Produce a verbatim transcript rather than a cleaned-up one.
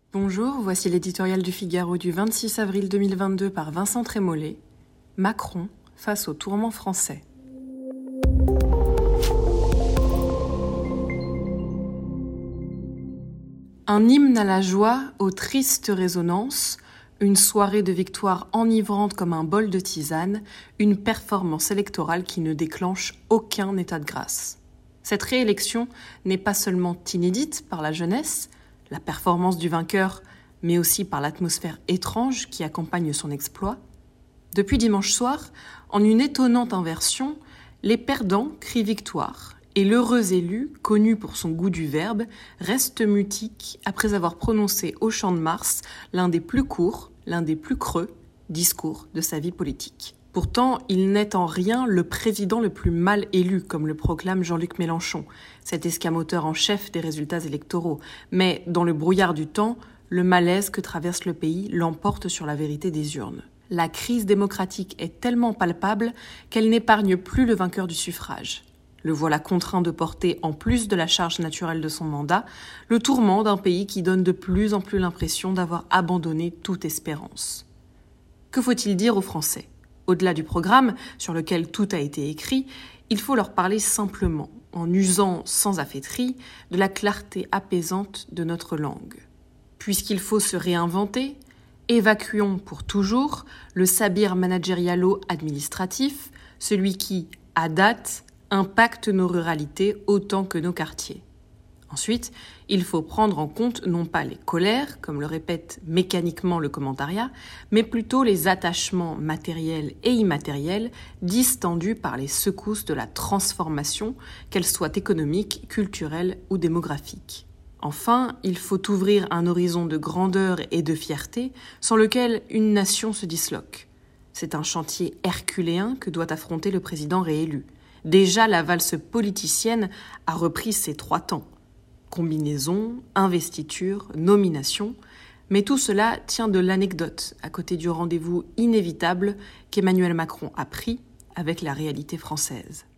Bonjour, voici l'éditorial du Figaro du vingt-six avril deux mille vingt-deux par Vincent Trémollet. Macron face au tourment français. Un hymne à la joie, aux tristes résonances, une soirée de victoire enivrante comme un bol de tisane, une performance électorale qui ne déclenche aucun état de grâce. Cette réélection n'est pas seulement inédite par la jeunesse, la performance du vainqueur, mais aussi par l'atmosphère étrange qui accompagne son exploit. Depuis dimanche soir, en une étonnante inversion, les perdants crient victoire et l'heureux élu, connu pour son goût du verbe, reste mutique après avoir prononcé au Champ de Mars l'un des plus courts, l'un des plus creux discours de sa vie politique. Pourtant, il n'est en rien le président le plus mal élu, comme le proclame Jean-Luc Mélenchon, cet escamoteur en chef des résultats électoraux. Mais dans le brouillard du temps, le malaise que traverse le pays l'emporte sur la vérité des urnes. La crise démocratique est tellement palpable qu'elle n'épargne plus le vainqueur du suffrage. Le voilà contraint de porter, en plus de la charge naturelle de son mandat, le tourment d'un pays qui donne de plus en plus l'impression d'avoir abandonné toute espérance. Que faut-il dire aux Français ? Au-delà du programme, sur lequel tout a été écrit, il faut leur parler simplement, en usant sans affaîtrie de la clarté apaisante de notre langue. Puisqu'il faut se réinventer, évacuons pour toujours le sabir managérialo-administratif, celui qui, à date, impacte nos ruralités autant que nos quartiers. Ensuite, il faut prendre en compte non pas les colères, comme le répète mécaniquement le commentariat, mais plutôt les attachements matériels et immatériels distendus par les secousses de la transformation, qu'elles soient économiques, culturelles ou démographiques. Enfin, il faut ouvrir un horizon de grandeur et de fierté sans lequel une nation se disloque. C'est un chantier herculéen que doit affronter le président réélu. Déjà, la valse politicienne a repris ses trois temps. Combinaison, investiture, nomination, mais tout cela tient de l'anecdote à côté du rendez-vous inévitable qu'Emmanuel Macron a pris avec la réalité française.